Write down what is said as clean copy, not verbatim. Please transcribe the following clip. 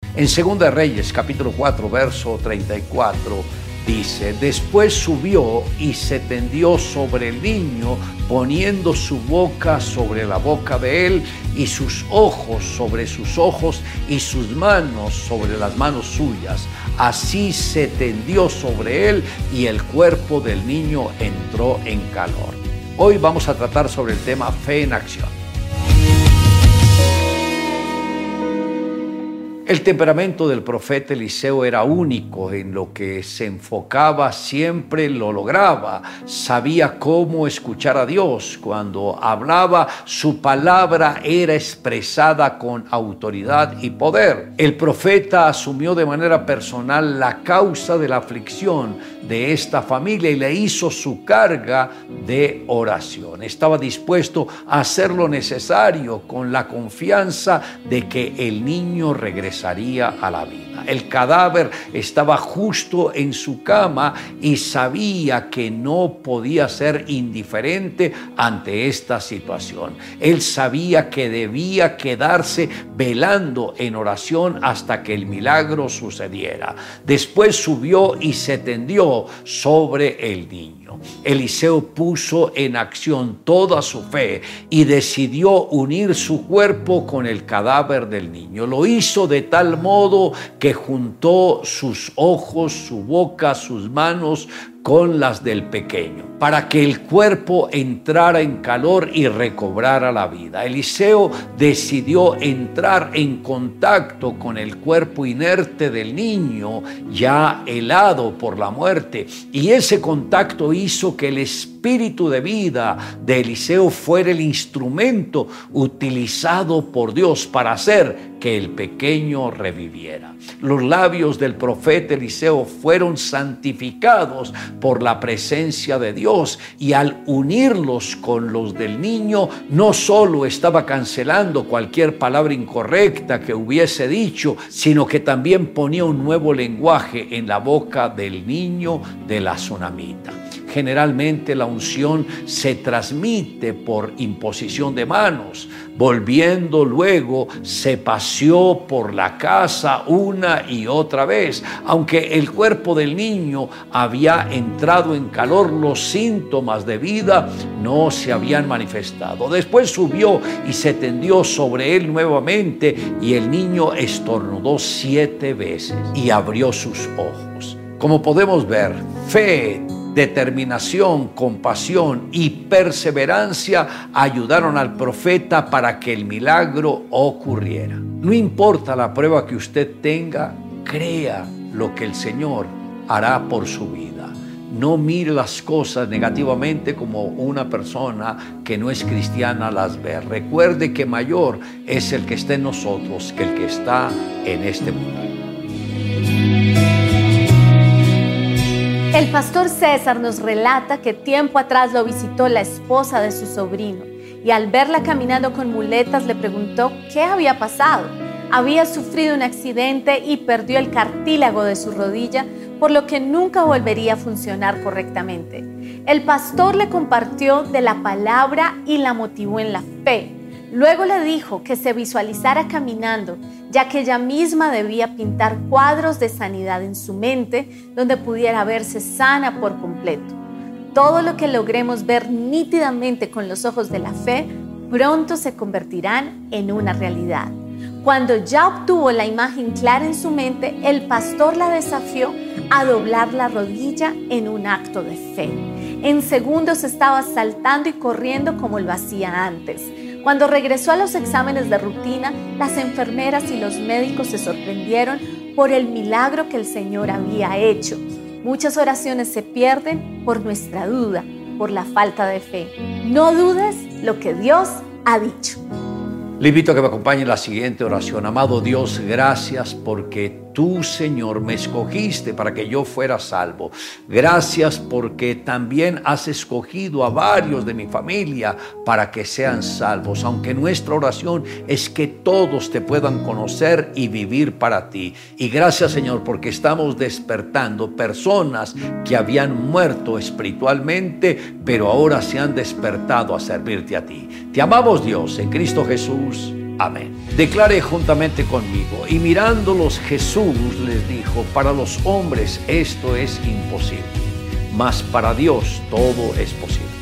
En 2 Reyes, capítulo 4, verso 34, dice: después subió y se tendió sobre el niño, poniendo su boca sobre la boca de él, y sus ojos sobre sus ojos, y sus manos sobre las manos suyas. Así se tendió sobre él, y el cuerpo del niño entró en calor. Hoy vamos a tratar sobre el tema fe en acción. El temperamento del profeta Eliseo era único. En lo que se enfocaba siempre lo lograba. Sabía cómo escuchar a Dios. Cuando hablaba, su palabra era expresada con autoridad y poder. El profeta asumió de manera personal la causa de la aflicción de esta familia y le hizo su carga de oración. Estaba dispuesto a hacer lo necesario con la confianza de que el niño regresaría a la vida. El cadáver estaba justo en su cama y sabía que no podía ser indiferente ante esta situación. Él sabía que debía quedarse velando en oración hasta que el milagro sucediera. Después subió y se tendió sobre el niño. Eliseo puso en acción toda su fe y decidió unir su cuerpo con el cadáver del niño. Lo hizo de tal modo que juntó sus ojos, su boca, sus manos con las del pequeño, para que el cuerpo entrara en calor y recobrara la vida. Eliseo decidió entrar en contacto con el cuerpo inerte del niño, ya helado por la muerte, y ese contacto hizo que el espíritu de vida de Eliseo fuera el instrumento utilizado por Dios para hacer que el pequeño reviviera. Los labios del profeta Eliseo fueron santificados por la presencia de Dios, y al unirlos con los del niño, no solo estaba cancelando cualquier palabra incorrecta que hubiese dicho, sino que también ponía un nuevo lenguaje en la boca del niño de la tsunamita. Generalmente la unción se transmite por imposición de manos. Volviendo luego, se paseó por la casa una y otra vez. Aunque el cuerpo del niño había entrado en calor, los síntomas de vida no se habían manifestado. Después subió y se tendió sobre él nuevamente, y el niño estornudó 7 veces y abrió sus ojos. Como podemos ver, fe, determinación, compasión y perseverancia ayudaron al profeta para que el milagro ocurriera. No importa la prueba que usted tenga, crea lo que el Señor hará por su vida. No mire las cosas negativamente como una persona que no es cristiana las ve. Recuerde que mayor es el que está en nosotros que el que está en este mundo. El pastor César nos relata que tiempo atrás lo visitó la esposa de su sobrino, y al verla caminando con muletas le preguntó qué había pasado. Había sufrido un accidente y perdió el cartílago de su rodilla, por lo que nunca volvería a funcionar correctamente. El pastor le compartió de la palabra y la motivó en la fe. Luego le dijo que se visualizara caminando, ya que ella misma debía pintar cuadros de sanidad en su mente, donde pudiera verse sana por completo. Todo lo que logremos ver nítidamente con los ojos de la fe, pronto se convertirán en una realidad. Cuando ya obtuvo la imagen clara en su mente, el pastor la desafió a doblar la rodilla en un acto de fe. En segundos estaba saltando y corriendo como lo hacía antes. Cuando regresó a los exámenes de rutina, las enfermeras y los médicos se sorprendieron por el milagro que el Señor había hecho. Muchas oraciones se pierden por nuestra duda, por la falta de fe. No dudes lo que Dios ha dicho. Le invito a que me acompañe en la siguiente oración. Amado Dios, gracias porque tú, Señor, me escogiste para que yo fuera salvo. Gracias porque también has escogido a varios de mi familia para que sean salvos. Aunque nuestra oración es que todos te puedan conocer y vivir para ti. Y gracias, Señor, porque estamos despertando personas que habían muerto espiritualmente, pero ahora se han despertado a servirte a ti. Te amamos, Dios, en Cristo Jesús. Amén. Declare juntamente conmigo: y mirándolos Jesús les dijo, para los hombres esto es imposible, mas para Dios todo es posible.